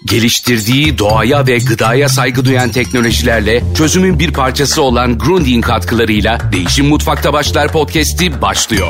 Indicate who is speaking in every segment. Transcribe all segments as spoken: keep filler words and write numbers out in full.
Speaker 1: Geliştirdiği doğaya ve gıdaya saygı duyan teknolojilerle çözümün bir parçası olan Grundig'in katkılarıyla Değişim Mutfakta Başlar podcast'i başlıyor.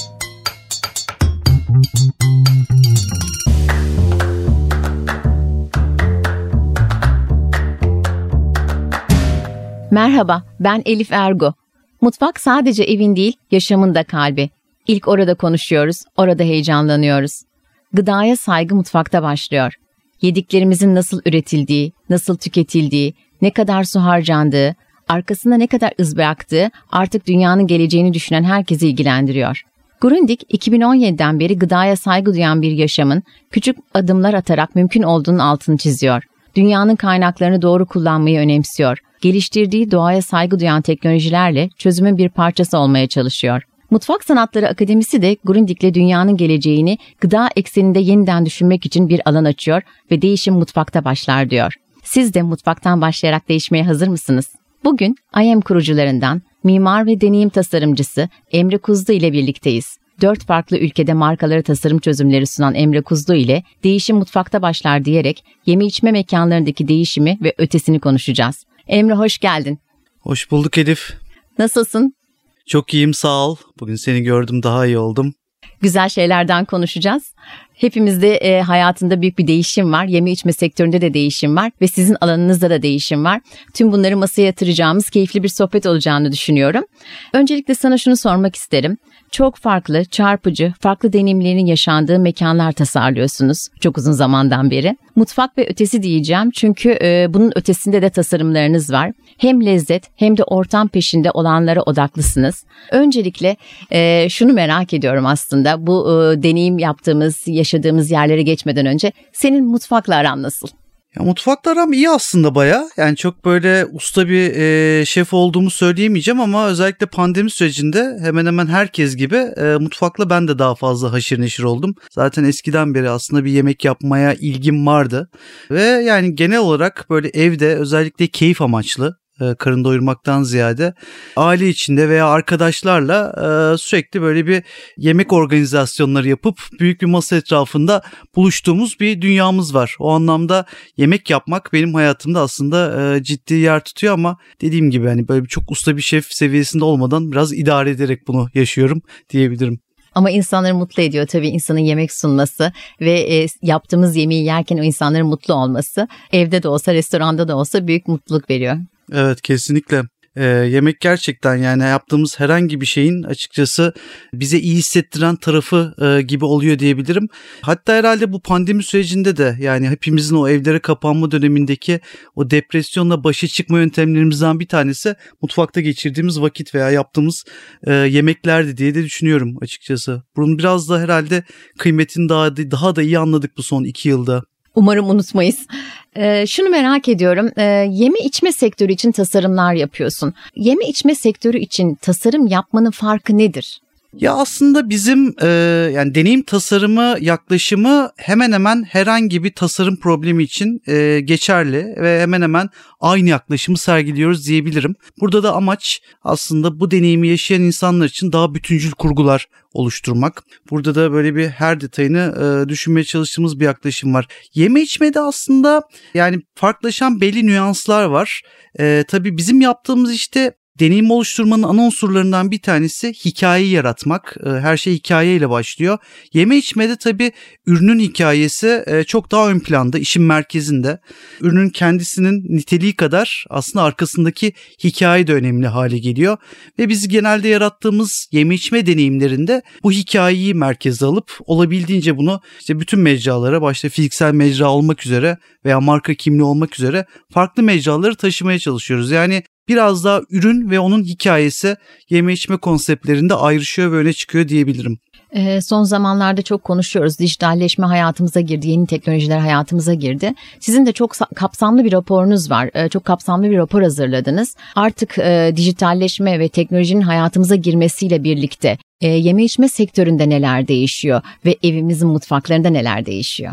Speaker 2: Merhaba, ben Elif Ergo. Mutfak sadece evin değil, yaşamın da kalbi. İlk orada konuşuyoruz, orada heyecanlanıyoruz. Gıdaya saygı mutfakta başlıyor. Yediklerimizin nasıl üretildiği, nasıl tüketildiği, ne kadar su harcandığı, arkasında ne kadar iz bıraktığı artık dünyanın geleceğini düşünen herkesi ilgilendiriyor. Grundig, iki bin on yediden beri gıdaya saygı duyan bir yaşamın küçük adımlar atarak mümkün olduğunun altını çiziyor. Dünyanın kaynaklarını doğru kullanmayı önemsiyor. Geliştirdiği doğaya saygı duyan teknolojilerle çözümün bir parçası olmaya çalışıyor. Mutfak Sanatları Akademisi de Grundig'le dünyanın geleceğini gıda ekseninde yeniden düşünmek için bir alan açıyor ve değişim mutfakta başlar diyor. Siz de mutfaktan başlayarak değişmeye hazır mısınız? Bugün I A M kurucularından mimar ve deneyim tasarımcısı Emre Kuzlu ile birlikteyiz. Dört farklı ülkede markaları tasarım çözümleri sunan Emre Kuzlu ile değişim mutfakta başlar diyerek yeme içme mekanlarındaki değişimi ve ötesini konuşacağız. Emre, hoş geldin.
Speaker 3: Hoş bulduk Elif.
Speaker 2: Nasılsın?
Speaker 3: Çok iyiyim, sağ ol. Bugün seni gördüm, daha iyi oldum.
Speaker 2: Güzel şeylerden konuşacağız. Hepimizde e, hayatında büyük bir değişim var. Yeme içme sektöründe de değişim var ve sizin alanınızda da değişim var. Tüm bunları masaya yatıracağımız keyifli bir sohbet olacağını düşünüyorum. Öncelikle sana şunu sormak isterim. Çok farklı, çarpıcı, farklı deneyimlerin yaşandığı mekanlar tasarlıyorsunuz çok uzun zamandan beri. Mutfak ve ötesi diyeceğim çünkü e, bunun ötesinde de tasarımlarınız var. Hem lezzet hem de ortam peşinde olanlara odaklısınız. Öncelikle e, şunu merak ediyorum aslında, bu e, deneyim yaptığımız, yaşadığımız yerlere geçmeden önce senin mutfakla aran nasıl?
Speaker 3: Ya, mutfakla aram iyi aslında baya. Yani çok böyle usta bir e, şef olduğumu söyleyemeyeceğim ama özellikle pandemi sürecinde hemen hemen herkes gibi e, mutfakla ben de daha fazla haşır neşir oldum. Zaten eskiden beri aslında bir yemek yapmaya ilgim vardı. Ve yani genel olarak böyle evde özellikle keyif amaçlı, karın doyurmaktan ziyade aile içinde veya arkadaşlarla sürekli böyle bir yemek organizasyonları yapıp büyük bir masa etrafında buluştuğumuz bir dünyamız var. O anlamda yemek yapmak benim hayatımda aslında ciddi yer tutuyor ama dediğim gibi hani böyle çok usta bir şef seviyesinde olmadan biraz idare ederek bunu yaşıyorum diyebilirim.
Speaker 2: Ama insanları mutlu ediyor tabii insanın yemek sunması ve e, yaptığımız yemeği yerken o insanların mutlu olması evde de olsa restoranda da olsa büyük mutluluk veriyor.
Speaker 3: Evet, kesinlikle. Ee, yemek gerçekten yani yaptığımız herhangi bir şeyin açıkçası bize iyi hissettiren tarafı e, gibi oluyor diyebilirim. Hatta herhalde bu pandemi sürecinde de yani hepimizin o evlere kapanma dönemindeki o depresyonla başa çıkma yöntemlerimizden bir tanesi mutfakta geçirdiğimiz vakit veya yaptığımız e, yemeklerdi diye de düşünüyorum açıkçası. Bunun biraz da herhalde kıymetini daha, daha da iyi anladık bu son iki yılda.
Speaker 2: Umarım unutmayız. Ee, şunu merak ediyorum, ee, yeme içme sektörü için tasarımlar yapıyorsun. Yeme içme sektörü için tasarım yapmanın farkı nedir?
Speaker 3: Ya aslında bizim e, yani deneyim tasarımı yaklaşımı hemen hemen herhangi bir tasarım problemi için e, geçerli ve hemen hemen aynı yaklaşımı sergiliyoruz diyebilirim. Burada da amaç aslında bu deneyimi yaşayan insanlar için daha bütüncül kurgular oluşturmak. Burada da böyle bir her detayını e, düşünmeye çalıştığımız bir yaklaşım var. Yeme içmede aslında yani farklılaşan belli nüanslar var. E, tabii bizim yaptığımız işte deneyim oluşturmanın ana unsurlarından bir tanesi hikayeyi yaratmak. Her şey hikayeyle başlıyor. Yeme içmede tabii ürünün hikayesi çok daha ön planda, işin merkezinde. Ürünün kendisinin niteliği kadar aslında arkasındaki hikaye de önemli hale geliyor. Ve biz genelde yarattığımız yeme içme deneyimlerinde bu hikayeyi merkeze alıp olabildiğince bunu işte bütün mecralara, başta fiziksel mecra olmak üzere veya marka kimliği olmak üzere farklı mecraları taşımaya çalışıyoruz. Yani biraz daha ürün ve onun hikayesi yeme içme konseptlerinde ayrışıyor ve öne çıkıyor diyebilirim.
Speaker 2: Ee, son zamanlarda çok konuşuyoruz. Dijitalleşme hayatımıza girdi, yeni teknolojiler hayatımıza girdi. Sizin de çok kapsamlı bir raporunuz var. Ee, çok kapsamlı bir rapor hazırladınız. Artık e, dijitalleşme ve teknolojinin hayatımıza girmesiyle birlikte e, yeme içme sektöründe neler değişiyor ve evimizin mutfaklarında neler değişiyor?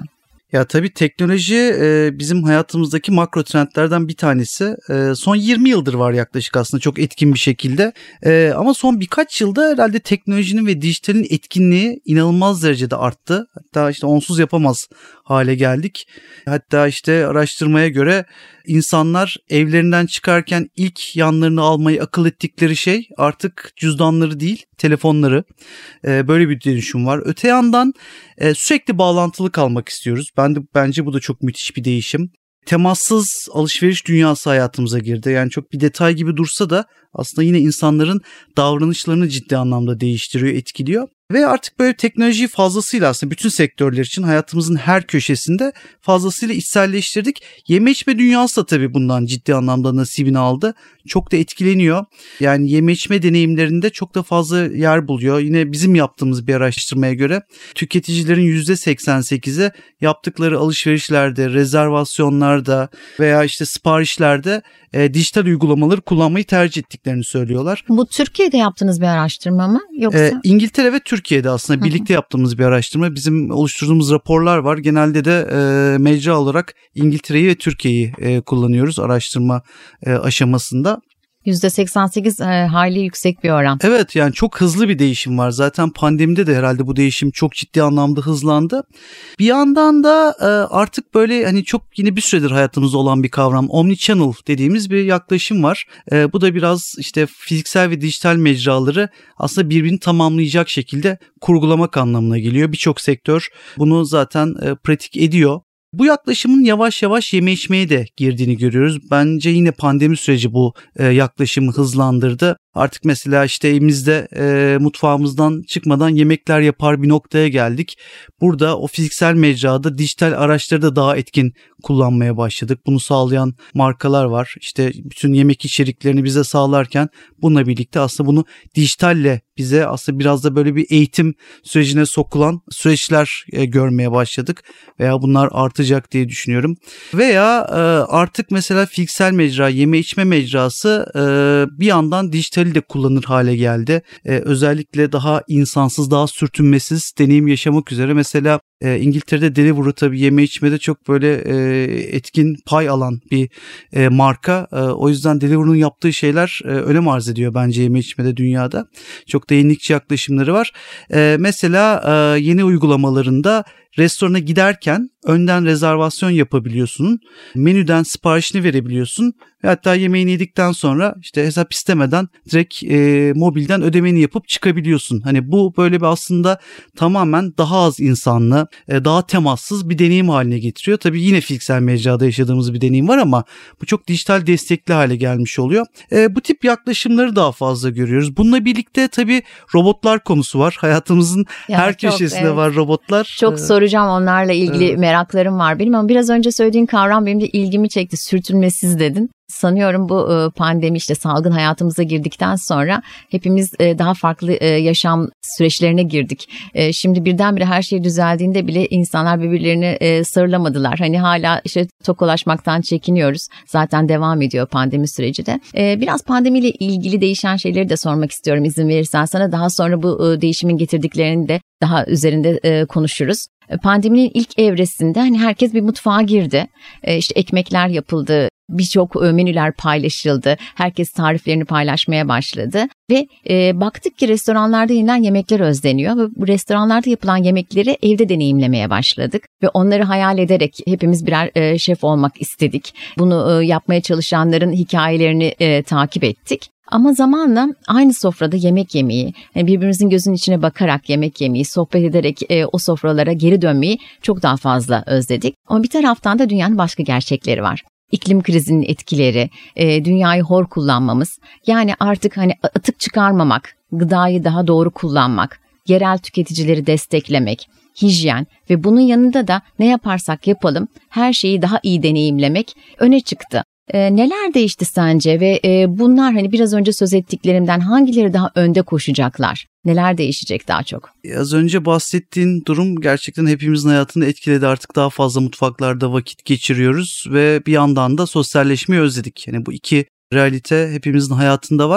Speaker 3: Ya tabii teknoloji e, bizim hayatımızdaki makro trendlerden bir tanesi. E, son yirmi yıldır var yaklaşık aslında çok etkin bir şekilde. E, ama son birkaç yılda herhalde teknolojinin ve dijitalin etkinliği inanılmaz derecede arttı. Hatta işte onsuz yapamaz hale geldik. Hatta işte araştırmaya göre insanlar evlerinden çıkarken ilk yanlarını almayı akıl ettikleri şey artık cüzdanları değil, telefonları. E, böyle bir dönüşüm var. Öte yandan e, sürekli bağlantılı kalmak istiyoruz. Ben de bence bu da çok müthiş bir değişim. Temassız alışveriş dünyası hayatımıza girdi. Yani çok bir detay gibi dursa da aslında yine insanların davranışlarını ciddi anlamda değiştiriyor, etkiliyor. Ve artık böyle teknolojiyi fazlasıyla aslında bütün sektörler için hayatımızın her köşesinde fazlasıyla içselleştirdik. Yeme içme dünyası da tabii bundan ciddi anlamda nasibini aldı. Çok da etkileniyor. Yani yeme içme deneyimlerinde çok da fazla yer buluyor. Yine bizim yaptığımız bir araştırmaya göre tüketicilerin yüzde seksen sekizi yaptıkları alışverişlerde, rezervasyonlarda veya işte siparişlerde e, dijital uygulamaları kullanmayı tercih ettiklerini söylüyorlar.
Speaker 2: Bu Türkiye'de yaptığınız bir araştırma mı yoksa? E,
Speaker 3: İngiltere ve Türkiye'de aslında birlikte yaptığımız bir araştırma. Bizim oluşturduğumuz raporlar var. Genelde de e, mecra olarak İngiltere'yi ve Türkiye'yi e, kullanıyoruz araştırma e, aşamasında.
Speaker 2: yüzde seksen sekiz e, hayli yüksek bir oran.
Speaker 3: Evet, yani çok hızlı bir değişim var. Zaten pandemide de herhalde bu değişim çok ciddi anlamda hızlandı. Bir yandan da e, artık böyle hani çok yine bir süredir hayatımızda olan bir kavram, omnichannel dediğimiz bir yaklaşım var. E, bu da biraz işte fiziksel ve dijital mecraları aslında birbirini tamamlayacak şekilde kurgulamak anlamına geliyor. Birçok sektör bunu zaten e, pratik ediyor. Bu yaklaşımın yavaş yavaş yeme içmeye de girdiğini görüyoruz. Bence yine pandemi süreci bu e, yaklaşımı hızlandırdı. Artık mesela işte evimizde e, mutfağımızdan çıkmadan yemekler yapar bir noktaya geldik. Burada o fiziksel mecrada dijital araçları da daha etkin kullanmaya başladık. Bunu sağlayan markalar var. İşte bütün yemek içeriklerini bize sağlarken bununla birlikte aslında bunu dijitalle bize aslında biraz da böyle bir eğitim sürecine sokulan süreçler e, görmeye başladık. Veya bunlar artacak diye düşünüyorum. Veya e, artık mesela fiziksel mecra, yeme içme mecrası e, bir yandan dijital de kullanır hale geldi. Ee, özellikle daha insansız, daha sürtünmesiz deneyim yaşamak üzere. Mesela e, İngiltere'de Deliveroo tabii yeme içmede çok böyle e, etkin pay alan bir e, marka. E, o yüzden Deliveroo'nun yaptığı şeyler e, önem arz ediyor bence yeme içmede dünyada. Çok da yenilikçi yaklaşımları var. E, mesela e, yeni uygulamalarında restorana giderken önden rezervasyon yapabiliyorsun. Menüden siparişini verebiliyorsun. Ve hatta yemeğini yedikten sonra işte hesap istemeden direkt e, mobilden ödemeni yapıp çıkabiliyorsun. Hani bu böyle bir aslında tamamen daha az insanlı, e, daha temassız bir deneyim haline getiriyor. Tabii yine fiziksel mecrada yaşadığımız bir deneyim var ama bu çok dijital destekli hale gelmiş oluyor. E, bu tip yaklaşımları daha fazla görüyoruz. Bununla birlikte tabii robotlar konusu var. Hayatımızın ya her çok, köşesinde evet. var robotlar.
Speaker 2: Çok ee, soracağım onlarla ilgili evet. meraklarım var benim ama biraz önce söylediğin kavram benim de ilgimi çekti. Sürtünmesiz dedin. Sanıyorum bu pandemi işte salgın hayatımıza girdikten sonra hepimiz daha farklı yaşam süreçlerine girdik. Şimdi birdenbire her şey düzeldiğinde bile insanlar birbirlerine sarılamadılar. Hani hala işte tokalaşmaktan çekiniyoruz. Zaten devam ediyor pandemi süreci de. Biraz pandemiyle ilgili değişen şeyleri de sormak istiyorum izin verirsen sana. Daha sonra bu değişimin getirdiklerini de daha üzerinde konuşuruz. Pandeminin ilk evresinde hani herkes bir mutfağa girdi. İşte ekmekler yapıldı. Birçok menüler paylaşıldı. Herkes tariflerini paylaşmaya başladı. Ve e, baktık ki restoranlarda yenilen yemekler özleniyor. Ve bu restoranlarda yapılan yemekleri evde deneyimlemeye başladık. Ve onları hayal ederek hepimiz birer e, şef olmak istedik. Bunu e, yapmaya çalışanların hikayelerini e, takip ettik. Ama zamanla aynı sofrada yemek yemeyi, birbirimizin gözünün içine bakarak yemek yemeyi, sohbet ederek e, o sofralara geri dönmeyi çok daha fazla özledik. Ama bir taraftan da dünyanın başka gerçekleri var. İklim krizinin etkileri, e, dünyayı hor kullanmamız, yani artık hani atık çıkarmamak, gıdayı daha doğru kullanmak, yerel tüketicileri desteklemek, hijyen ve bunun yanında da ne yaparsak yapalım her şeyi daha iyi deneyimlemek öne çıktı. E, neler değişti sence ve e, bunlar hani biraz önce söz ettiklerimden hangileri daha önde koşacaklar? Neler değişecek daha çok?
Speaker 3: Az önce bahsettiğin durum gerçekten hepimizin hayatını etkiledi. Artık daha fazla mutfaklarda vakit geçiriyoruz ve bir yandan da sosyalleşmeyi özledik. Yani bu iki realite hepimizin hayatında var.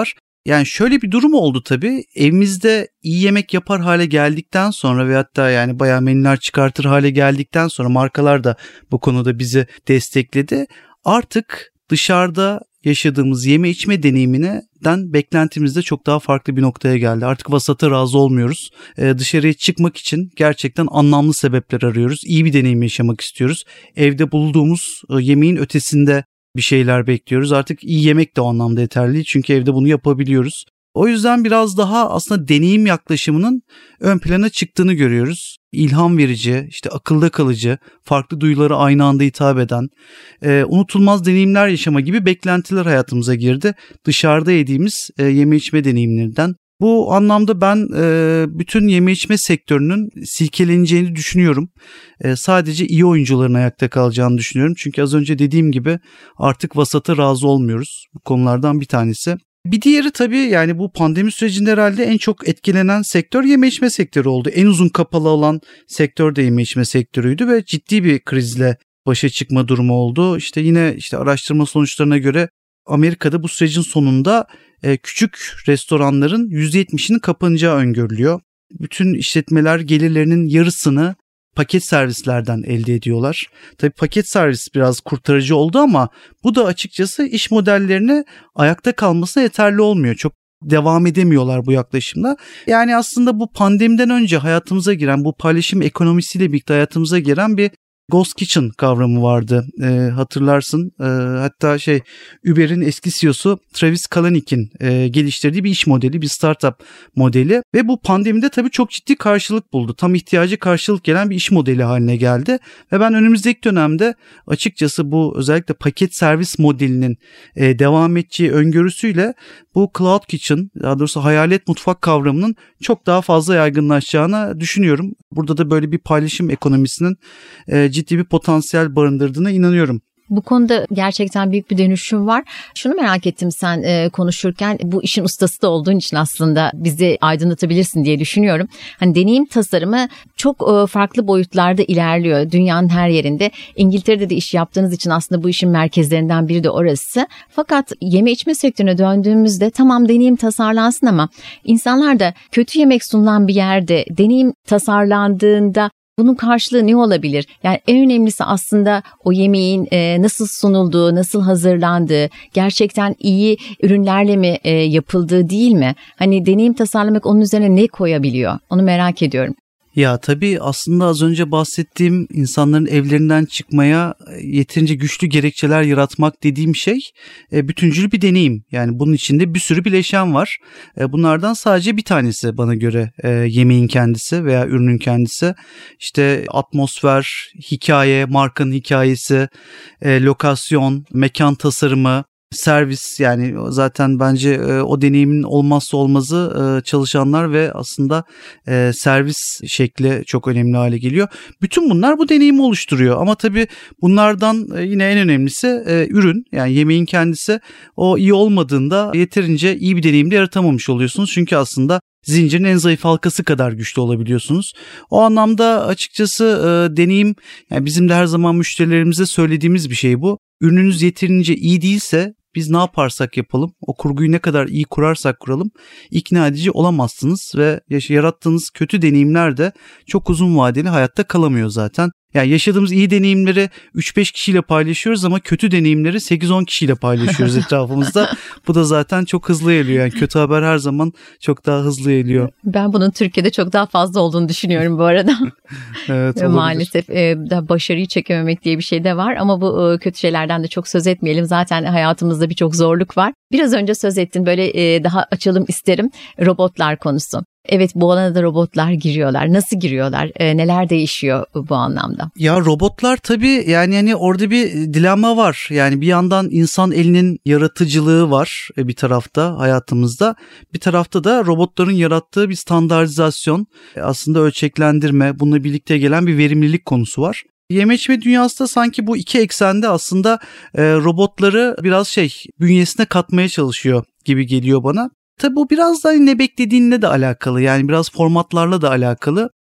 Speaker 3: Yani şöyle bir durum oldu tabii. Evimizde iyi yemek yapar hale geldikten sonra ve hatta yani bayağı menüler çıkartır hale geldikten sonra markalar da bu konuda bizi destekledi. Artık dışarıda yaşadığımız yeme içme deneyiminden beklentimiz de çok daha farklı bir noktaya geldi. Artık vasata razı olmuyoruz. Ee, dışarıya çıkmak için gerçekten anlamlı sebepler arıyoruz. İyi bir deneyim yaşamak istiyoruz. Evde bulduğumuz e, yemeğin ötesinde bir şeyler bekliyoruz. Artık iyi yemek de o anlamda yeterli. Çünkü evde bunu yapabiliyoruz. O yüzden biraz daha aslında deneyim yaklaşımının ön plana çıktığını görüyoruz. İlham verici, işte akılda kalıcı, farklı duyulara aynı anda hitap eden, e, unutulmaz deneyimler yaşama gibi beklentiler hayatımıza girdi. Dışarıda yediğimiz e, yeme içme deneyimlerinden. Bu anlamda ben e, bütün yeme içme sektörünün silkeleneceğini düşünüyorum. E, sadece iyi oyuncuların ayakta kalacağını düşünüyorum. Çünkü az önce dediğim gibi artık vasata razı olmuyoruz. Bu konulardan bir tanesi. Bir diğeri tabii yani bu pandemi sürecinde herhalde en çok etkilenen sektör yeme içme sektörü oldu. En uzun kapalı olan sektör de yeme içme sektörüydü ve ciddi bir krizle başa çıkma durumu oldu. İşte yine işte araştırma sonuçlarına göre Amerika'da bu sürecin sonunda e, küçük restoranların yüzde yetmişinin kapanacağı öngörülüyor. Bütün işletmeler gelirlerinin yarısını paket servislerden elde ediyorlar. Tabii paket servis biraz kurtarıcı oldu ama bu da açıkçası iş modellerine ayakta kalmasına yeterli olmuyor. Çok devam edemiyorlar bu yaklaşımla. Yani aslında bu pandemiden önce hayatımıza giren, bu paylaşım ekonomisiyle birlikte hayatımıza giren bir Ghost Kitchen kavramı vardı. E, hatırlarsın. E, hatta şey Uber'in eski C E O'su Travis Kalanick'in e, geliştirdiği bir iş modeli, bir startup modeli ve bu pandemide tabii çok ciddi karşılık buldu. Tam ihtiyacı karşılık gelen bir iş modeli haline geldi ve ben önümüzdeki dönemde açıkçası bu özellikle paket servis modelinin e, devam edeceği öngörüsüyle bu Cloud Kitchen, daha doğrusu hayalet mutfak kavramının çok daha fazla yaygınlaşacağını düşünüyorum. Burada da böyle bir paylaşım ekonomisinin e, ciddi bir potansiyel barındırdığına inanıyorum.
Speaker 2: Bu konuda gerçekten büyük bir dönüşüm var. Şunu merak ettim sen e, konuşurken, bu işin ustası da olduğun için aslında bizi aydınlatabilirsin diye düşünüyorum. Hani deneyim tasarımı çok e, farklı boyutlarda ilerliyor dünyanın her yerinde. İngiltere'de de iş yaptığınız için aslında bu işin merkezlerinden biri de orası. Fakat yeme içme sektörüne döndüğümüzde tamam deneyim tasarlansın ama insanlar da kötü yemek sunulan bir yerde deneyim tasarlandığında bunun karşılığı ne olabilir? Yani en önemlisi aslında o yemeğin e, nasıl sunulduğu, nasıl hazırlandığı, gerçekten iyi ürünlerle mi e, yapıldığı değil mi? Hani deneyim tasarlamak onun üzerine ne koyabiliyor? Onu merak ediyorum.
Speaker 3: Ya tabii aslında az önce bahsettiğim insanların evlerinden çıkmaya yeterince güçlü gerekçeler yaratmak dediğim şey e, bütüncül bir deneyim. Yani bunun içinde bir sürü bileşen var. E, bunlardan sadece bir tanesi bana göre e, yemeğin kendisi veya ürünün kendisi. İşte atmosfer, hikaye, markanın hikayesi, e, lokasyon, mekan tasarımı, servis, yani zaten bence e, o deneyimin olmazsa olmazı e, çalışanlar ve aslında e, servis şekli çok önemli hale geliyor. Bütün bunlar bu deneyimi oluşturuyor ama tabii bunlardan e, yine en önemlisi e, ürün, yani yemeğin kendisi. O iyi olmadığında yeterince iyi bir deneyim de yaratamamış oluyorsunuz çünkü aslında zincirin en zayıf halkası kadar güçlü olabiliyorsunuz. O anlamda açıkçası e, deneyim, yani bizim de her zaman müşterilerimize söylediğimiz bir şey bu. Ürününüz yeterince iyi değilse biz ne yaparsak yapalım, o kurguyu ne kadar iyi kurarsak kuralım ikna edici olamazsınız ve yarattığınız kötü deneyimler de çok uzun vadeli hayatta kalamıyor zaten. Yani yaşadığımız iyi deneyimleri üç beş kişiyle paylaşıyoruz ama kötü deneyimleri sekiz on kişiyle paylaşıyoruz etrafımızda. Bu da zaten çok hızlı geliyor. Yani kötü haber her zaman çok daha hızlı geliyor.
Speaker 2: Ben bunun Türkiye'de çok daha fazla olduğunu düşünüyorum bu arada.
Speaker 3: Evet, olabilir.
Speaker 2: Maalesef e, başarıyı çekememek diye bir şey de var ama bu e, kötü şeylerden de çok söz etmeyelim. Zaten hayatımızda birçok zorluk var. Biraz önce söz ettin, böyle e, daha açalım isterim, robotlar konusu. Evet, bu alana da robotlar giriyorlar. Nasıl giriyorlar? E, neler değişiyor bu anlamda?
Speaker 3: Ya robotlar tabii yani hani orada bir dilema var. Yani bir yandan insan elinin yaratıcılığı var bir tarafta hayatımızda. Bir tarafta da robotların yarattığı bir standartizasyon, aslında ölçeklendirme, bununla birlikte gelen bir verimlilik konusu var. Yeme içme dünyası da sanki bu iki eksende aslında e, robotları biraz şey bünyesine katmaya çalışıyor gibi geliyor bana. Tabii bu biraz da ne beklediğinle de alakalı, yani biraz formatlarla da alakalı.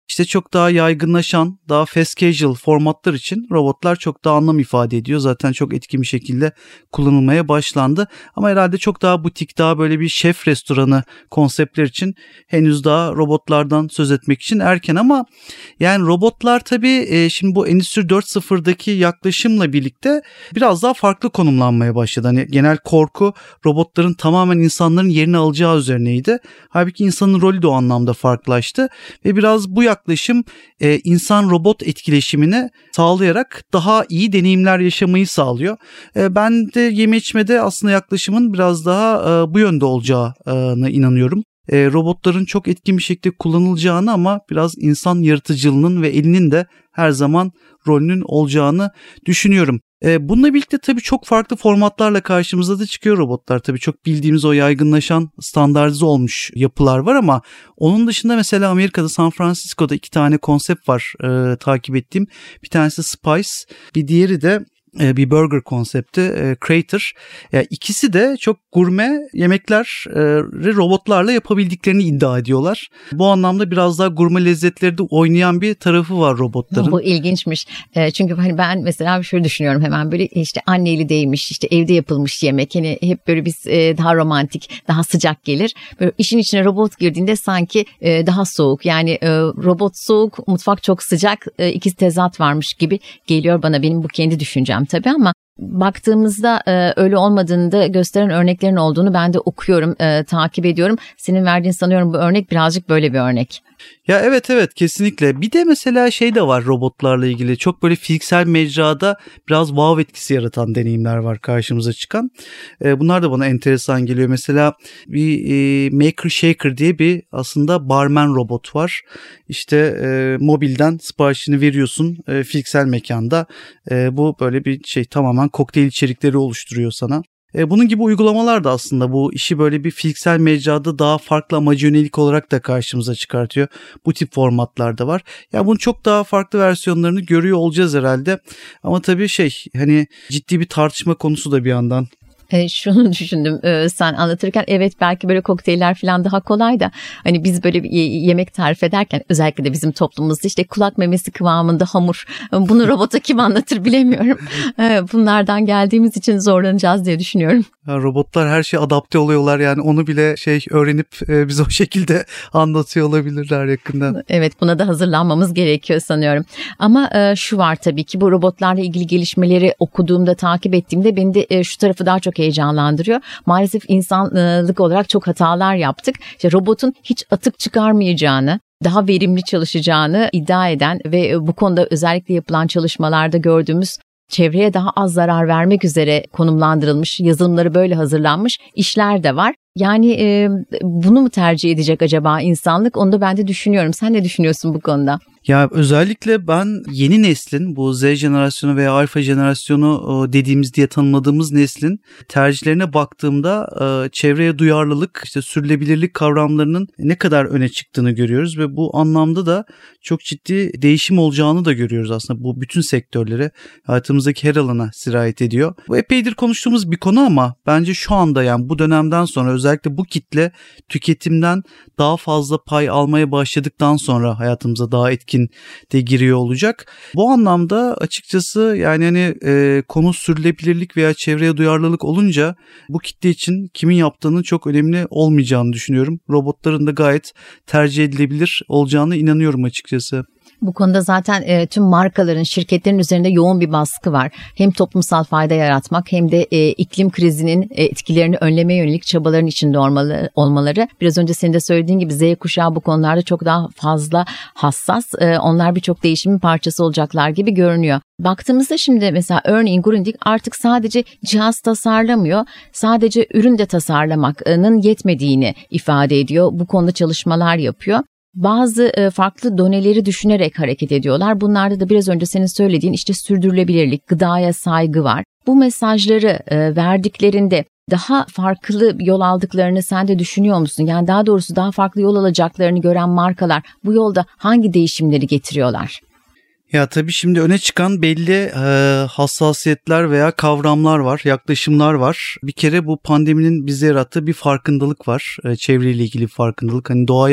Speaker 3: İşte çok daha yaygınlaşan, daha fast casual formatlar için robotlar çok daha anlam ifade ediyor. Zaten çok etkin bir şekilde kullanılmaya başlandı. Ama herhalde çok daha butik, daha böyle bir şef restoranı konseptler için henüz daha robotlardan söz etmek için erken. Ama yani robotlar tabii şimdi bu Endüstri dört nokta sıfırdaki yaklaşımla birlikte biraz daha farklı konumlanmaya başladı. Hani genel korku robotların tamamen insanların yerini alacağı üzerineydi. Halbuki insanın rolü de o anlamda farklılaştı ve biraz bu yaklaşım e, insan-robot etkileşimini sağlayarak daha iyi deneyimler yaşamayı sağlıyor. E, ben de yeme içmede aslında yaklaşımın biraz daha e, bu yönde olacağına inanıyorum. E, robotların çok etkin bir şekilde kullanılacağını ama biraz insan yaratıcılığının ve elinin de her zaman rolünün olacağını düşünüyorum. E, bununla birlikte tabii çok farklı formatlarla karşımıza da çıkıyor robotlar. Tabii çok bildiğimiz o yaygınlaşan, standartize olmuş yapılar var ama onun dışında mesela Amerika'da, San Francisco'da iki tane konsept var e, takip ettiğim. Bir tanesi Spice, bir diğeri de bir burger konsepti, Crater. Yani ikisi de çok gurme yemekleri robotlarla yapabildiklerini iddia ediyorlar. Bu anlamda biraz daha gurme lezzetleri de oynayan bir tarafı var robotların.
Speaker 2: Bu ilginçmiş. Çünkü hani ben mesela şöyle düşünüyorum hemen, böyle işte anne eli değmiş, işte evde yapılmış yemek. Hani hep böyle biz daha romantik, daha sıcak gelir. Böyle işin içine robot girdiğinde sanki daha soğuk. Yani robot soğuk, mutfak çok sıcak. İkisi tezat varmış gibi geliyor bana. Benim bu kendi düşüncem tabii ama baktığımızda e, öyle olmadığını da gösteren örneklerin olduğunu ben de okuyorum, e, takip ediyorum. Senin verdiğin sanıyorum bu örnek birazcık böyle bir örnek.
Speaker 3: Ya evet evet kesinlikle. Bir de mesela şey de var robotlarla ilgili. Çok böyle fiziksel mecrada biraz wow etkisi yaratan deneyimler var karşımıza çıkan. E, bunlar da bana enteresan geliyor. Mesela bir e, Maker Shaker diye bir aslında barman robot var. İşte e, mobilden siparişini veriyorsun e, fiziksel mekanda. E, bu böyle bir şey, tamamen kokteyl içerikleri oluşturuyor sana. E, bunun gibi uygulamalar da aslında bu işi böyle bir fiziksel mecrada daha farklı amaca yönelik olarak da karşımıza çıkartıyor. Bu tip formatlarda var. Ya bunun çok daha farklı versiyonlarını görüyor olacağız herhalde. Ama tabii şey, hani ciddi bir tartışma konusu da bir yandan.
Speaker 2: E, şunu düşündüm e, sen anlatırken, evet belki böyle kokteyller falan daha kolay da hani biz böyle bir yemek tarif ederken özellikle de bizim toplumumuzda işte kulak memesi kıvamında hamur, bunu robota kim anlatır bilemiyorum. E, bunlardan geldiğimiz için zorlanacağız diye düşünüyorum.
Speaker 3: Ya robotlar her şeye adapte oluyorlar, yani onu bile şey öğrenip e, bize o şekilde anlatıyor olabilirler yakından.
Speaker 2: Evet, buna da hazırlanmamız gerekiyor sanıyorum. Ama e, şu var tabii ki, bu robotlarla ilgili gelişmeleri okuduğumda, takip ettiğimde beni de e, şu tarafı daha çok heyecanlandırıyor. Maalesef insanlık olarak çok hatalar yaptık. İşte robotun hiç atık çıkarmayacağını, daha verimli çalışacağını iddia eden ve bu konuda özellikle yapılan çalışmalarda gördüğümüz çevreye daha az zarar vermek üzere konumlandırılmış, yazılımları böyle hazırlanmış işler de var. Yani e, bunu mu tercih edecek acaba insanlık? Onu da ben de düşünüyorum. Sen ne düşünüyorsun bu konuda?
Speaker 3: Ya özellikle ben yeni neslin, bu Z jenerasyonu veya alfa jenerasyonu dediğimiz diye tanımladığımız neslin tercihlerine baktığımda çevreye duyarlılık, işte sürdürülebilirlik kavramlarının ne kadar öne çıktığını görüyoruz ve bu anlamda da çok ciddi değişim olacağını da görüyoruz aslında. Bu bütün sektörlere, hayatımızdaki her alana sirayet ediyor. Bu epeydir konuştuğumuz bir konu ama bence şu anda, yani bu dönemden sonra özellikle bu kitle tüketimden daha fazla pay almaya başladıktan sonra hayatımıza daha etkin de giriyor olacak. Bu anlamda açıkçası yani hani e, konu sürdürülebilirlik veya çevreye duyarlılık olunca bu kitle için kimin yaptığının çok önemli olmayacağını düşünüyorum. Robotların da gayet tercih edilebilir olacağını inanıyorum açıkçası.
Speaker 2: Bu konuda zaten e, tüm markaların, şirketlerin üzerinde yoğun bir baskı var. Hem toplumsal fayda yaratmak hem de e, iklim krizinin e, etkilerini önlemeye yönelik çabaların içinde olmalı, olmaları. Biraz önce senin de söylediğin gibi Z kuşağı bu konularda çok daha fazla hassas. E, onlar birçok değişimin parçası olacaklar gibi görünüyor. Baktığımızda şimdi mesela örneğin Grundig artık sadece cihaz tasarlamıyor, sadece ürün de tasarlamanın yetmediğini ifade ediyor. Bu konuda çalışmalar yapıyor. Bazı farklı doneleri düşünerek hareket ediyorlar. Bunlarda da biraz önce senin söylediğin işte sürdürülebilirlik, gıdaya saygı var. Bu mesajları verdiklerinde daha farklı yol aldıklarını sen de düşünüyor musun? Yani daha doğrusu daha farklı yol alacaklarını gören markalar bu yolda hangi değişimleri getiriyorlar?
Speaker 3: Ya tabii şimdi öne çıkan belli e, hassasiyetler veya kavramlar var, yaklaşımlar var. Bir kere bu pandeminin bize yarattığı bir farkındalık var. E, çevreyle ilgili farkındalık. Hani doğaya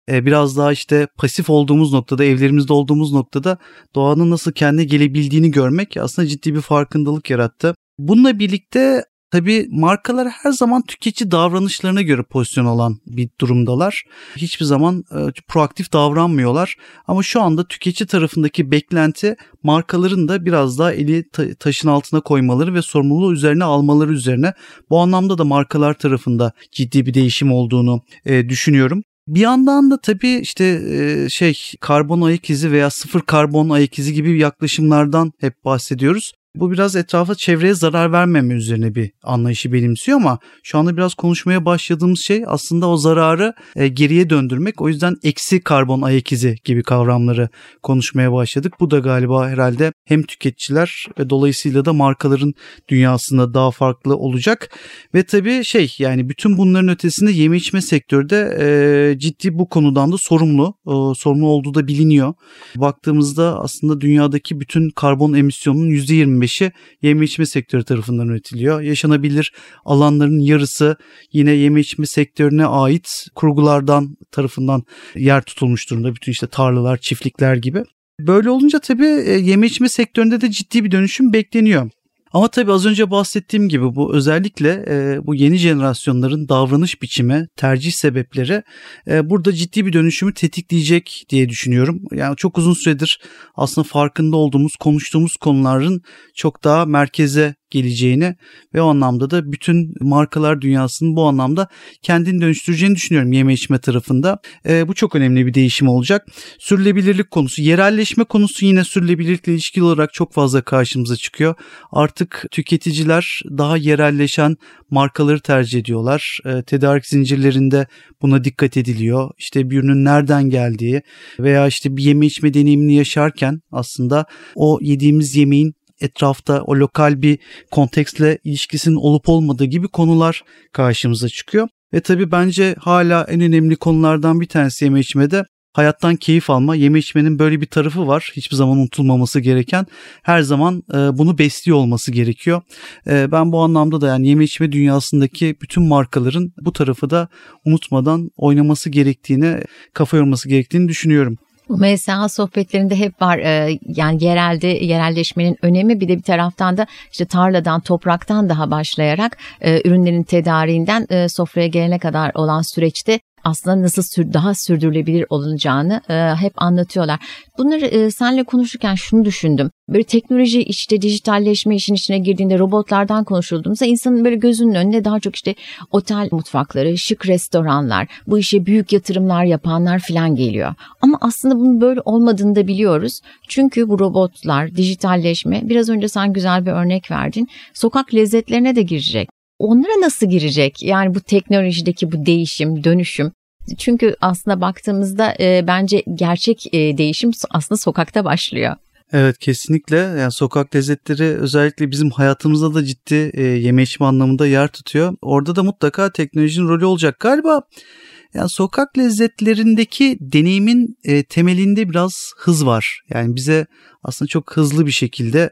Speaker 3: e, biraz daha işte pasif olduğumuz noktada, evlerimizde olduğumuz noktada doğanın nasıl kendine gelebildiğini görmek aslında ciddi bir farkındalık yarattı. Bununla birlikte tabii markalar her zaman tüketici davranışlarına göre pozisyon alan bir durumdalar. Hiçbir zaman e, proaktif davranmıyorlar. Ama şu anda tüketici tarafındaki beklenti markaların da biraz daha eli ta- taşın altına koymaları ve sorumluluğu üzerine almaları üzerine. Bu anlamda da markalar tarafında ciddi bir değişim olduğunu e, düşünüyorum. Bir yandan da tabii işte e, şey karbon ayak izi veya sıfır karbon ayak izi gibi yaklaşımlardan hep bahsediyoruz. Bu biraz etrafa, çevreye zarar vermeme üzerine bir anlayışı benimsiyor ama şu anda biraz konuşmaya başladığımız şey aslında o zararı e, geriye döndürmek. O yüzden eksi karbon ayak izi gibi kavramları konuşmaya başladık. Bu da galiba herhalde hem tüketiciler ve dolayısıyla da markaların dünyasında daha farklı olacak. Ve tabii şey yani bütün bunların ötesinde yeme içme sektörü de e, ciddi bu konudan da sorumlu. E, sorumlu olduğu da biliniyor. Baktığımızda aslında dünyadaki bütün karbon emisyonunun yüzde yirmi beşi yeme içme sektörü tarafından üretiliyor. Yaşanabilir alanların yarısı yine yeme içme sektörüne ait kurgulardan tarafından yer tutulmuş durumda. Bütün işte tarlalar, çiftlikler gibi. Böyle olunca tabii yeme içme sektöründe de ciddi bir dönüşüm bekleniyor. Ama tabii az önce bahsettiğim gibi bu özellikle e, bu yeni jenerasyonların davranış biçimi, tercih sebepleri e, burada ciddi bir dönüşümü tetikleyecek diye düşünüyorum. Yani çok uzun süredir aslında farkında olduğumuz, konuştuğumuz konuların çok daha merkeze geleceğini ve o anlamda da bütün markalar dünyasının bu anlamda kendini dönüştüreceğini düşünüyorum yeme içme tarafında. E, bu çok önemli bir değişim olacak. Sürdürülebilirlik konusu, yerelleşme konusu yine sürdürülebilirlikle ilişkili olarak çok fazla karşımıza çıkıyor. Artık tüketiciler daha yerelleşen markaları tercih ediyorlar. E, tedarik zincirlerinde buna dikkat ediliyor. İşte bir ürünün nereden geldiği veya işte bir yeme içme deneyimini yaşarken aslında o yediğimiz yemeğin etrafta o lokal bir kontekstle ilişkisinin olup olmadığı gibi konular karşımıza çıkıyor. Ve tabii bence hala en önemli konulardan bir tanesi yeme içmede hayattan keyif alma. Yeme içmenin böyle bir tarafı var. Hiçbir zaman unutulmaması gereken. Her zaman e, bunu besliyor olması gerekiyor. E, ben bu anlamda da yani yeme içme dünyasındaki bütün markaların bu tarafı da unutmadan oynaması gerektiğine, kafa yorması gerektiğini düşünüyorum.
Speaker 2: Bu M S A sohbetlerinde hep var e, yani yerelde yerelleşmenin önemi, bir de bir taraftan da işte tarladan, topraktan daha başlayarak e, ürünlerin tedariğinden e, sofraya gelene kadar olan süreçte aslında nasıl sür, daha sürdürülebilir olacağını e, hep anlatıyorlar. Bunları e, seninle konuşurken şunu düşündüm. Böyle teknoloji işte dijitalleşme işin içine girdiğinde robotlardan konuşulduğumuzda insanın böyle gözünün önüne daha çok işte otel mutfakları, şık restoranlar, bu işe büyük yatırımlar yapanlar falan geliyor. Ama aslında bunun böyle olmadığını da biliyoruz. Çünkü bu robotlar, dijitalleşme, biraz önce sen güzel bir örnek verdin, sokak lezzetlerine de girecek. Onlara nasıl girecek? Yani bu teknolojideki bu değişim, dönüşüm. Çünkü aslında baktığımızda e, bence gerçek e, değişim aslında sokakta başlıyor.
Speaker 3: Evet, kesinlikle. Yani sokak lezzetleri özellikle bizim hayatımızda da ciddi e, yeme içme anlamında yer tutuyor. Orada da mutlaka teknolojinin rolü olacak. Galiba yani sokak lezzetlerindeki deneyimin e, temelinde biraz hız var. Yani bize aslında çok hızlı bir şekilde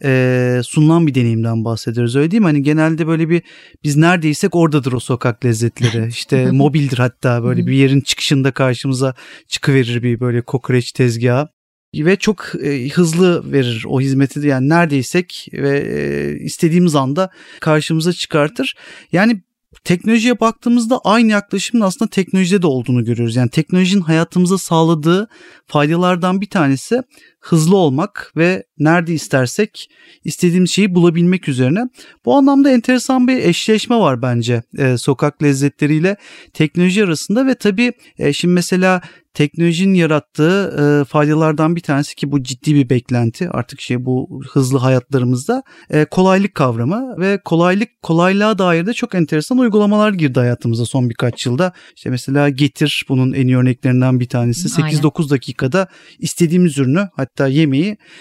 Speaker 3: e, sunulan bir deneyimden bahsediyoruz, öyle değil mi? Hani genelde böyle bir biz neredeysek oradadır o sokak lezzetleri. İşte mobildir, hatta böyle bir yerin çıkışında karşımıza çıkıverir bir böyle kokoreç tezgahı. Ve çok e, hızlı verir o hizmeti, yani neredeysek ve e, istediğimiz anda karşımıza çıkartır. Yani teknolojiye baktığımızda aynı yaklaşımın aslında teknolojide de olduğunu görüyoruz. Yani teknolojinin hayatımıza sağladığı faydalardan bir tanesi hızlı olmak ve nerede istersek istediğimiz şeyi bulabilmek üzerine. Bu anlamda enteresan bir eşleşme var bence e, sokak lezzetleriyle teknoloji arasında ve tabii e, şimdi mesela teknolojinin yarattığı e, faydalardan bir tanesi, ki bu ciddi bir beklenti artık şey bu hızlı hayatlarımızda, e, kolaylık kavramı ve kolaylık kolaylığa dair de çok enteresan uygulamalar girdi hayatımıza son birkaç yılda. İşte mesela Getir bunun en iyi örneklerinden bir tanesi. sekiz dokuz dakikada istediğimiz ürünü, hatta yemeği alabiliyoruz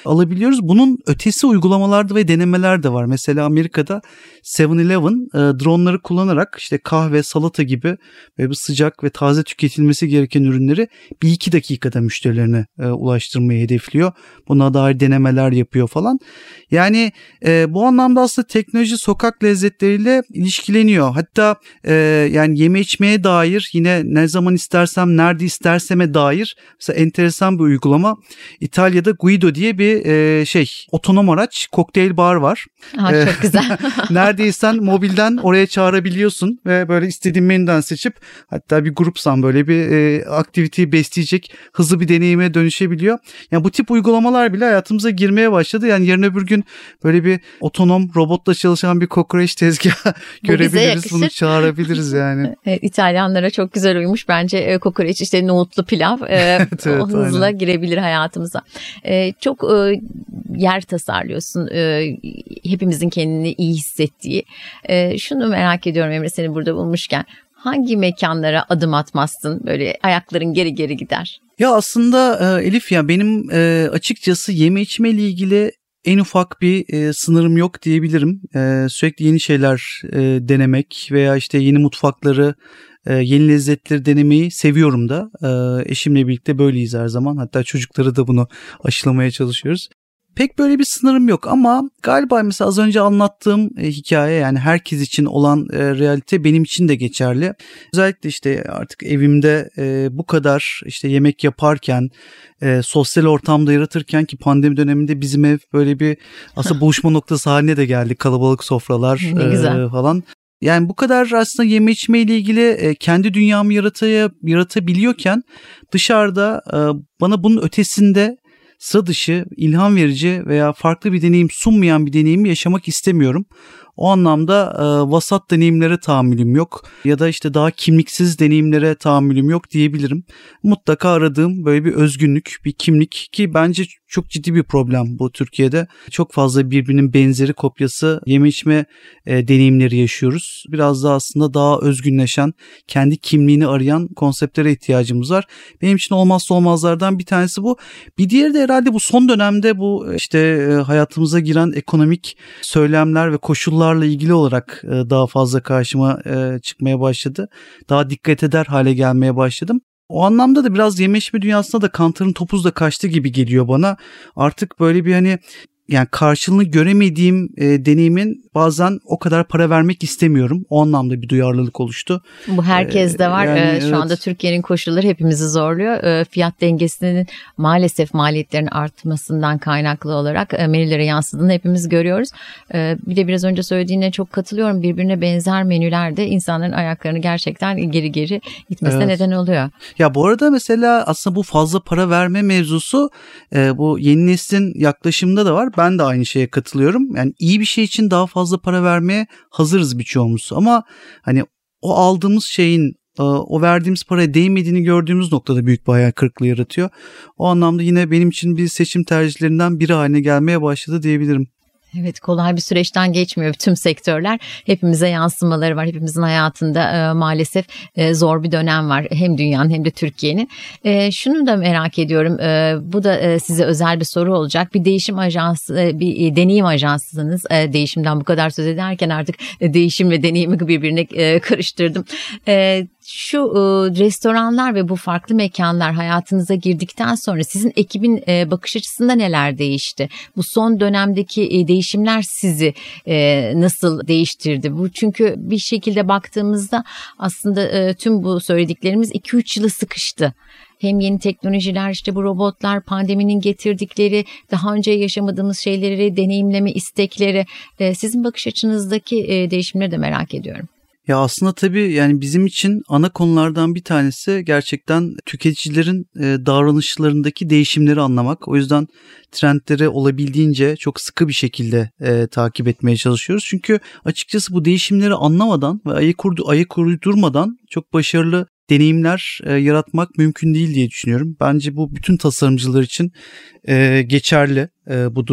Speaker 3: görebiliyoruz. Bunun ötesi uygulamalar ve denemeler de var. Mesela Amerika'da seven eleven e, dronları kullanarak işte kahve, salata gibi böyle bir sıcak ve taze tüketilmesi gereken ürünleri bir iki dakikada müşterilerine e, ulaştırmayı hedefliyor. Buna dair denemeler yapıyor falan. Yani e, bu anlamda aslında teknoloji sokak lezzetleriyle ilişkileniyor. Hatta e, yani yeme içmeye dair yine ne zaman istersem, nerede isterseme dair mesela enteresan bir uygulama. İtalya'da Guido diye bir e, şey otonom araç, kokteyl bar var.
Speaker 2: Aa, çok güzel.
Speaker 3: Neredeysen mobilden oraya çağırabiliyorsun ve böyle istediğin menüden seçip hatta bir grupsan böyle bir e, aktiviteyi besleyecek hızlı bir deneyime dönüşebiliyor. Yani bu tip uygulamalar bile hayatımıza girmeye başladı. Yani yarın öbür gün böyle bir otonom robotla çalışan bir kokoreç tezgahı görebiliriz. Bunu çağırabiliriz yani.
Speaker 2: Evet, İtalyanlara çok güzel uymuş bence e, kokoreç işte nohutlu pilav e, evet, evet, o hızla aynen. girebilir hayatımıza. E, çok e, yer tasarlıyorsun. E, hepimizin kendini iyi hissettiği. E, şunu merak ediyorum Emre, seni burada bulmuşken. Hangi mekanlara adım atmazsın? Böyle ayakların geri geri gider.
Speaker 3: Ya aslında e, Elif ya benim e, açıkçası yeme içme ile ilgili en ufak bir e, sınırım yok diyebilirim. E, sürekli yeni şeyler e, denemek veya işte yeni mutfakları, e, yeni lezzetleri denemeyi seviyorum da. E, eşimle birlikte böyleyiz her zaman. Hatta çocukları da bunu aşılamaya çalışıyoruz. Pek böyle bir sınırım yok ama galiba mesela az önce anlattığım e, hikaye yani herkes için olan e, realite benim için de geçerli. Özellikle işte artık evimde e, bu kadar işte yemek yaparken, e, sosyal ortamda yaratırken ki pandemi döneminde bizim ev böyle bir aslında buluşma noktası haline de geldi. Kalabalık sofralar e, falan. Yani bu kadar aslında yeme içme ile ilgili e, kendi dünyamı yarataya, yaratabiliyorken dışarıda e, bana bunun ötesinde sıra dışı, ilham verici veya farklı bir deneyim sunmayan bir deneyimi yaşamak istemiyorum. O anlamda e, vasat deneyimlere tahammülüm yok ya da işte daha kimliksiz deneyimlere tahammülüm yok diyebilirim. Mutlaka aradığım böyle bir özgünlük, bir kimlik ki bence çok ciddi bir problem bu Türkiye'de. Çok fazla birbirinin benzeri kopyası yeme içme e, deneyimleri yaşıyoruz. Biraz daha aslında daha özgünleşen, kendi kimliğini arayan konseptlere ihtiyacımız var. Benim için olmazsa olmazlardan bir tanesi bu. Bir diğeri de herhalde bu son dönemde bu işte e, hayatımıza giren ekonomik söylemler ve koşullar ilgili olarak daha fazla karşıma çıkmaya başladı. Daha dikkat eder hale gelmeye başladım. O anlamda da biraz yeme içme dünyasında da kantarın topuz da kaçtı gibi geliyor bana. Artık böyle bir hani yani karşılığını göremediğim e, deneyimin bazen o kadar para vermek istemiyorum. O anlamda bir duyarlılık oluştu.
Speaker 2: Bu herkeste var. Yani, ee, şu evet. anda Türkiye'nin koşulları hepimizi zorluyor. Ee, fiyat dengesinin maalesef maliyetlerin artmasından kaynaklı olarak e, menülere yansıdığını hepimiz görüyoruz. Ee, bir de biraz önce söylediğine çok katılıyorum. Birbirine benzer menülerde insanların ayaklarını gerçekten geri geri gitmesine evet. neden oluyor.
Speaker 3: Ya bu arada mesela aslında bu fazla para verme mevzusu e, bu yeni neslin yaklaşımında da var. Ben de aynı şeye katılıyorum. Yani iyi bir şey için daha fazla para vermeye hazırız birçoğumuz. Ama hani o aldığımız şeyin, o verdiğimiz paraya değmediğini gördüğümüz noktada büyük bir hayal kırıklığı yaratıyor. O anlamda yine benim için bir seçim tercihlerinden biri haline gelmeye başladı diyebilirim.
Speaker 2: Evet, kolay bir süreçten geçmiyor tüm sektörler. Hepimize yansımaları var. Hepimizin hayatında e, maalesef e, zor bir dönem var. Hem dünyanın hem de Türkiye'nin. E, şunu da merak ediyorum. E, bu da e, size özel bir soru olacak. Bir değişim ajansı, e, bir e, deneyim ajansısınız. E, değişimden bu kadar söz ederken artık e, değişim ve deneyimi birbirine e, karıştırdım. E, Şu e, restoranlar ve bu farklı mekanlar hayatınıza girdikten sonra sizin ekibin e, bakış açısında neler değişti? Bu son dönemdeki e, değişimler sizi e, nasıl değiştirdi? Bu çünkü bir şekilde baktığımızda aslında e, tüm bu söylediklerimiz iki üç yılı sıkıştı. Hem yeni teknolojiler, işte bu robotlar, pandeminin getirdikleri, daha önce yaşamadığımız şeyleri deneyimleme istekleri. E, sizin bakış açınızdaki e, değişimleri de merak ediyorum.
Speaker 3: Ya aslında tabii yani bizim için ana konulardan bir tanesi gerçekten tüketicilerin e, davranışlarındaki değişimleri anlamak. O yüzden trendleri olabildiğince çok sıkı bir şekilde e, takip etmeye çalışıyoruz. Çünkü açıkçası bu değişimleri anlamadan ve ayak, urdu, ayak uydurmadan çok başarılı deneyimler e, yaratmak mümkün değil diye düşünüyorum. Bence bu bütün tasarımcılar için e, geçerli e, bu durum.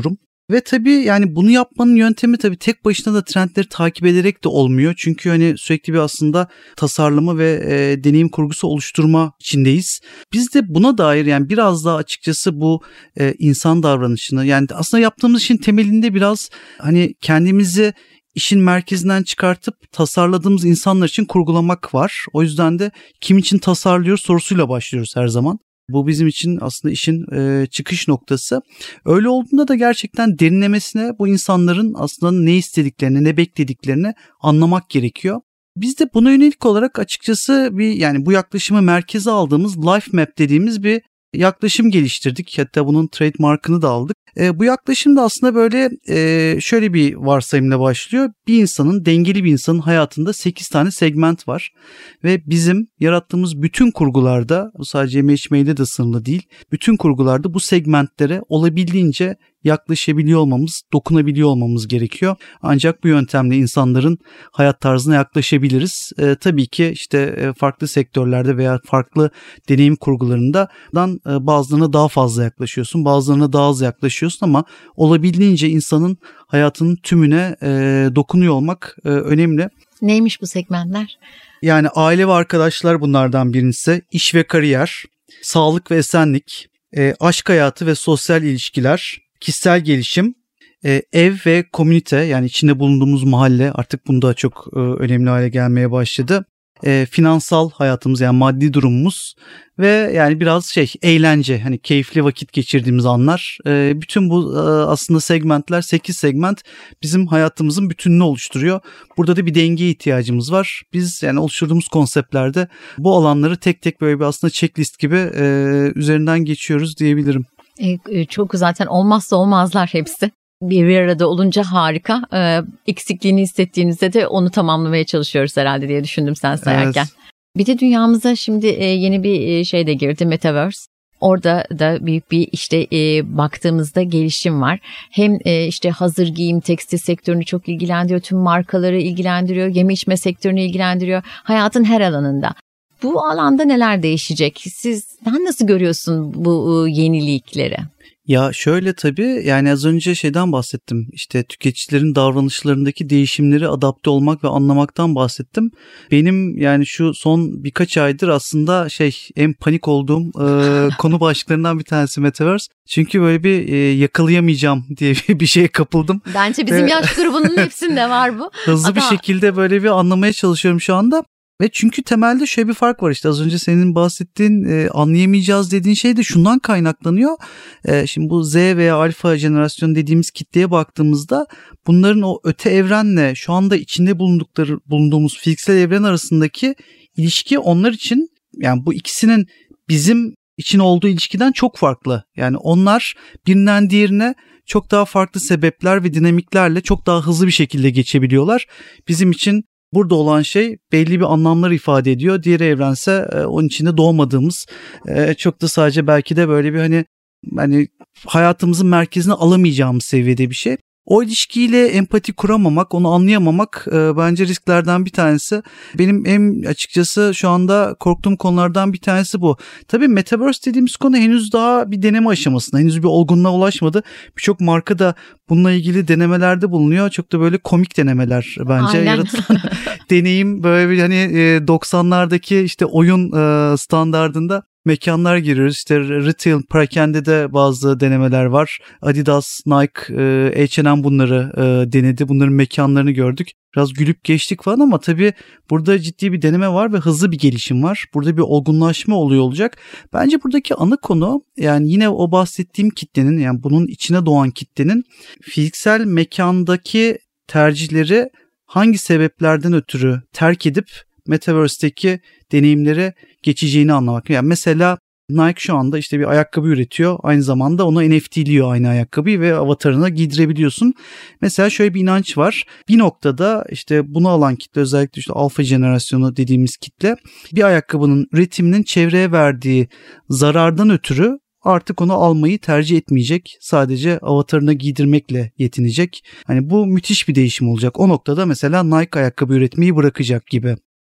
Speaker 3: Ve tabii yani bunu yapmanın yöntemi tabii tek başına da trendleri takip ederek de olmuyor. Çünkü hani sürekli bir aslında tasarlama ve e, deneyim kurgusu oluşturma içindeyiz. Biz de buna dair yani biraz daha açıkçası bu e, insan davranışını, yani aslında yaptığımız işin temelinde biraz hani kendimizi işin merkezinden çıkartıp tasarladığımız insanlar için kurgulamak var. O yüzden de kim için tasarlıyoruz sorusuyla başlıyoruz her zaman. Bu bizim için aslında işin e, çıkış noktası. Öyle olduğunda da gerçekten derinlemesine bu insanların aslında ne istediklerini, ne beklediklerini anlamak gerekiyor. Biz de buna yönelik olarak açıkçası bir yani bu yaklaşımı merkeze aldığımız Life Map dediğimiz bir yaklaşım geliştirdik. Hatta bunun trademark'ını da aldık. E, bu yaklaşım da aslında böyle e, şöyle bir varsayımla başlıyor. Bir insanın, dengeli bir insanın hayatında sekiz tane segment var. Ve bizim yarattığımız bütün kurgularda, bu sadece M H M L'de de sınırlı değil, bütün kurgularda bu segmentlere olabildiğince yaklaşabiliyor olmamız, dokunabiliyor olmamız gerekiyor. Ancak bu yöntemle insanların hayat tarzına yaklaşabiliriz. E, tabii ki işte e, farklı sektörlerde veya farklı deneyim kurgularında e, bazılarına daha fazla yaklaşıyorsun, bazılarına daha az yaklaşıyorsun ama olabildiğince insanın hayatının tümüne e, dokunuyor olmak e, önemli.
Speaker 2: Neymiş bu segmentler?
Speaker 3: Yani aile ve arkadaşlar bunlardan birincisi, iş ve kariyer, sağlık ve esenlik, e, aşk hayatı ve sosyal ilişkiler, kişisel gelişim, e, ev ve komünite, yani içinde bulunduğumuz mahalle artık bunda çok e, önemli hale gelmeye başladı. E, finansal hayatımız, yani maddi durumumuz ve yani biraz şey eğlence, hani keyifli vakit geçirdiğimiz anlar. E, bütün bu e, aslında segmentler, sekiz segment bizim hayatımızın bütününü oluşturuyor. Burada da bir dengeye ihtiyacımız var. Biz yani oluşturduğumuz konseptlerde bu alanları tek tek böyle bir aslında checklist gibi e, üzerinden geçiyoruz diyebilirim.
Speaker 2: E, çok zaten olmazsa olmazlar hepsi. Bir, bir arada olunca harika. Ee, eksikliğini hissettiğinizde de onu tamamlamaya çalışıyoruz herhalde diye düşündüm sen sayarken. Evet. Bir de dünyamıza şimdi e, yeni bir e, şey de girdi, Metaverse. Orada da büyük bir işte e, baktığımızda gelişim var. Hem e, işte hazır giyim, tekstil sektörünü çok ilgilendiriyor, tüm markaları ilgilendiriyor, yeme içme sektörünü ilgilendiriyor, hayatın her alanında. Bu alanda neler değişecek? Sizden nasıl görüyorsun bu yenilikleri?
Speaker 3: Ya şöyle tabii, yani az önce şeyden bahsettim, işte tüketicilerin davranışlarındaki değişimleri adapte olmak ve anlamaktan bahsettim. Benim yani şu son birkaç aydır aslında şey en panik olduğum e, konu başlıklarından bir tanesi Metaverse. Çünkü böyle bir e, yakalayamayacağım diye bir şeye kapıldım.
Speaker 2: Bence bizim yaş grubunun hepsinde var bu.
Speaker 3: Hızlı Hatta... bir şekilde böyle bir anlamaya çalışıyorum şu anda. Ve çünkü temelde şöyle bir fark var, işte az önce senin bahsettiğin e, anlayamayacağız dediğin şey de şundan kaynaklanıyor. E, şimdi bu Z veya alfa jenerasyon dediğimiz kitleye baktığımızda bunların o öte evrenle şu anda içinde bulundukları bulunduğumuz fiziksel evren arasındaki ilişki onlar için, yani bu ikisinin bizim için olduğu ilişkiden çok farklı. Yani onlar birinden diğerine çok daha farklı sebepler ve dinamiklerle çok daha hızlı bir şekilde geçebiliyorlar. Bizim için burada olan şey belli bir anlamlar ifade ediyor. Diğer evrense e, onun içinde doğmadığımız, e, çok da sadece belki de böyle bir hani hani hayatımızın merkezine alamayacağımız seviyede bir şey. O ilişkiyle empati kuramamak, onu anlayamamak e, bence risklerden bir tanesi. Benim en açıkçası şu anda korktuğum konulardan bir tanesi bu. Tabii Metaverse dediğimiz konu henüz daha bir deneme aşamasında, henüz bir olgunluğa ulaşmadı. Birçok marka da bununla ilgili denemelerde bulunuyor. Çok da böyle komik denemeler bence.
Speaker 2: Aynen.
Speaker 3: Yaratılan deneyim böyle bir hani e, doksanlardaki işte oyun e, standardında mekanlar giriyoruz. İşte retail, perakende de bazı denemeler var. Adidas, Nike, H and M bunları denedi. Bunların mekanlarını gördük. Biraz gülüp geçtik falan ama tabii burada ciddi bir deneme var ve hızlı bir gelişim var. Burada bir olgunlaşma oluyor olacak. Bence buradaki ana konu, yani yine o bahsettiğim kitlenin, yani bunun içine doğan kitlenin fiziksel mekandaki tercihleri hangi sebeplerden ötürü terk edip Metaverse'deki deneyimlere geçeceğini anlamak. Yani mesela Nike şu anda işte bir ayakkabı üretiyor. Aynı zamanda onu N F T'liyor aynı ayakkabıyı ve avatarına giydirebiliyorsun. Mesela şöyle bir inanç var. Bir noktada işte bunu alan kitle, özellikle işte alfa jenerasyonu dediğimiz kitle, bir ayakkabının üretiminin çevreye verdiği zarardan ötürü artık onu almayı tercih etmeyecek. Sadece avatarına giydirmekle yetinecek. Hani bu müthiş bir değişim olacak. O noktada mesela Nike ayakkabı üretmeyi bırakacak gibi.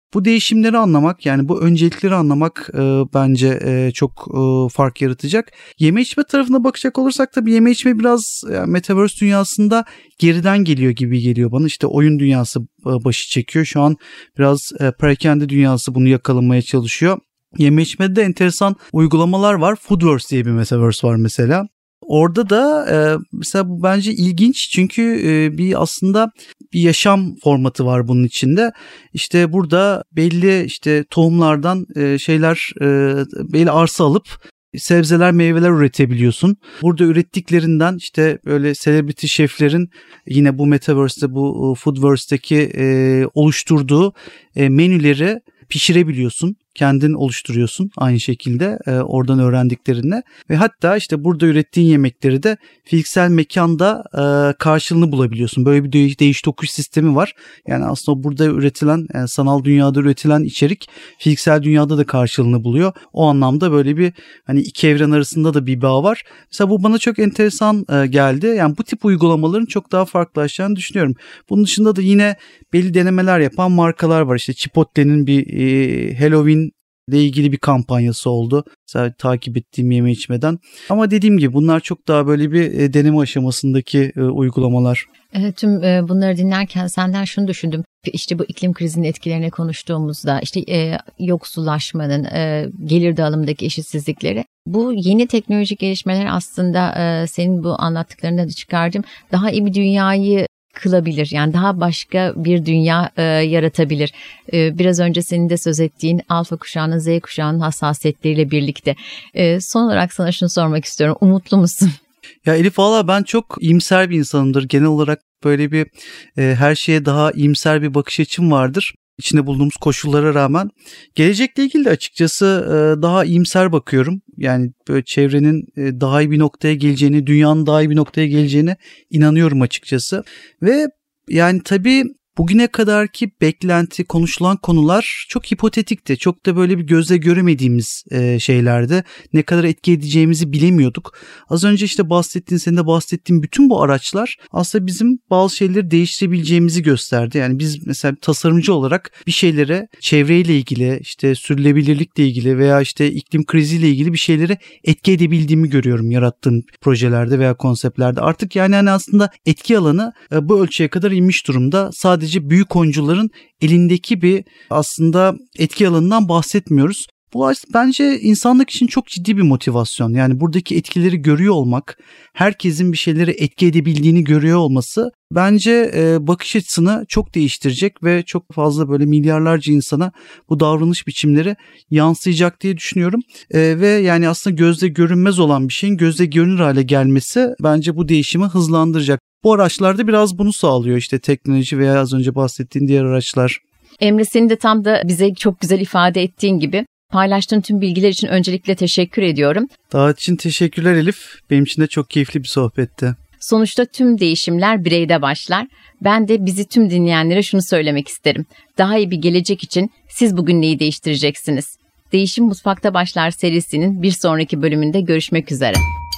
Speaker 3: Bu değişimleri anlamak, yani bu öncelikleri anlamak e, bence e, çok e, fark yaratacak. Yeme içme tarafına bakacak olursak tabii yeme içme biraz yani Metaverse dünyasında geriden geliyor gibi geliyor bana. İşte oyun dünyası e, başı çekiyor. Şu an biraz e, perakende dünyası bunu yakalamaya çalışıyor. Yeme içmede de enteresan uygulamalar var. Foodverse diye bir Metaverse var mesela. Orada da e, mesela bu bence ilginç çünkü e, bir aslında bir yaşam formatı var bunun içinde. İşte burada belli işte tohumlardan e, şeyler e, belli arsa alıp sebzeler, meyveler üretebiliyorsun. Burada ürettiklerinden işte böyle celebrity şeflerin yine bu Metaverse'de, bu Foodverse'deki e, oluşturduğu e, menüleri pişirebiliyorsun. Kendin oluşturuyorsun aynı şekilde e, oradan öğrendiklerinle ve hatta işte burada ürettiğin yemekleri de fiziksel mekanda e, karşılığını bulabiliyorsun. Böyle bir değiş, değiş tokuş sistemi var. Yani aslında burada üretilen, yani sanal dünyada üretilen içerik fiziksel dünyada da karşılığını buluyor. O anlamda böyle bir hani iki evren arasında da bir bağ var. Mesela bu bana çok enteresan e, geldi. Yani bu tip uygulamaların çok daha farklılaşacağını düşünüyorum. Bunun dışında da yine belli denemeler yapan markalar var. İşte Chipotle'nin bir e, Halloween ile ilgili bir kampanyası oldu. Mesela takip ettiğim yeme içmeden. Ama dediğim gibi bunlar çok daha böyle bir e, deneme aşamasındaki e, uygulamalar.
Speaker 2: Evet, tüm e, bunları dinlerken senden şunu düşündüm. İşte bu iklim krizinin etkilerini konuştuğumuzda işte e, yoksullaşmanın, e, gelir dağılımındaki eşitsizlikleri. Bu yeni teknolojik gelişmeler aslında e, senin bu anlattıklarından da çıkardım. Daha iyi bir dünyayı kılabilir. Yani daha başka bir dünya e, yaratabilir. E, biraz önce senin de söz ettiğin alfa kuşağının, Z kuşağının hassasiyetleriyle birlikte. E, son olarak sana şunu sormak istiyorum. Umutlu musun?
Speaker 3: Ya Elif, valla ben çok iyimser bir insanımdır. Genel olarak böyle bir e, her şeye daha iyimser bir bakış açım vardır. İçinde bulunduğumuz koşullara rağmen. Gelecekle ilgili de açıkçası e, daha iyimser bakıyorum. Yani böyle çevrenin e, daha iyi bir noktaya geleceğini, dünyanın daha iyi bir noktaya geleceğine inanıyorum açıkçası. Ve yani tabii bugüne kadarki beklenti, konuşulan konular çok hipotetikti. Çok da böyle bir gözle göremediğimiz e, şeylerdi. Ne kadar etki edeceğimizi bilemiyorduk. Az önce işte bahsettiğin, senin de bahsettiğin bütün bu araçlar aslında bizim bazı şeyleri değiştirebileceğimizi gösterdi. Yani biz mesela tasarımcı olarak bir şeylere çevreyle ilgili, işte sürdürülebilirlikle ilgili veya işte iklim kriziyle ilgili bir şeylere etki edebildiğimi görüyorum yarattığım projelerde veya konseptlerde. Artık yani hani aslında etki alanı e, bu ölçüye kadar inmiş durumda. Sadece büyük oyuncuların elindeki bir aslında etki alanından bahsetmiyoruz. Bu bence insanlık için çok ciddi bir motivasyon. Yani buradaki etkileri görüyor olmak, herkesin bir şeyleri etki edebildiğini görüyor olması bence e, bakış açısını çok değiştirecek ve çok fazla böyle milyarlarca insana bu davranış biçimleri yansıyacak diye düşünüyorum. E, ve yani aslında gözle görünmez olan bir şeyin gözle görünür hale gelmesi bence bu değişimi hızlandıracak. Bu araçlarda biraz bunu sağlıyor, işte teknoloji veya az önce bahsettiğin diğer araçlar.
Speaker 2: Emre, senin de tam da bize çok güzel ifade ettiğin gibi paylaştığın tüm bilgiler için öncelikle teşekkür ediyorum.
Speaker 3: Davet için teşekkürler Elif. Benim için de çok keyifli bir sohbetti.
Speaker 2: Sonuçta tüm değişimler bireyde başlar. Ben de bizi tüm dinleyenlere şunu söylemek isterim. Daha iyi bir gelecek için siz bugün neyi değiştireceksiniz? Değişim Mutfakta Başlar serisinin bir sonraki bölümünde görüşmek üzere.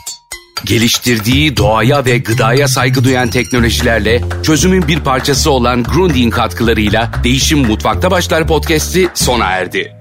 Speaker 1: Geliştirdiği doğaya ve gıdaya saygı duyan teknolojilerle çözümün bir parçası olan Grundig katkılarıyla Değişim Mutfakta Başlar podcast'i sona erdi.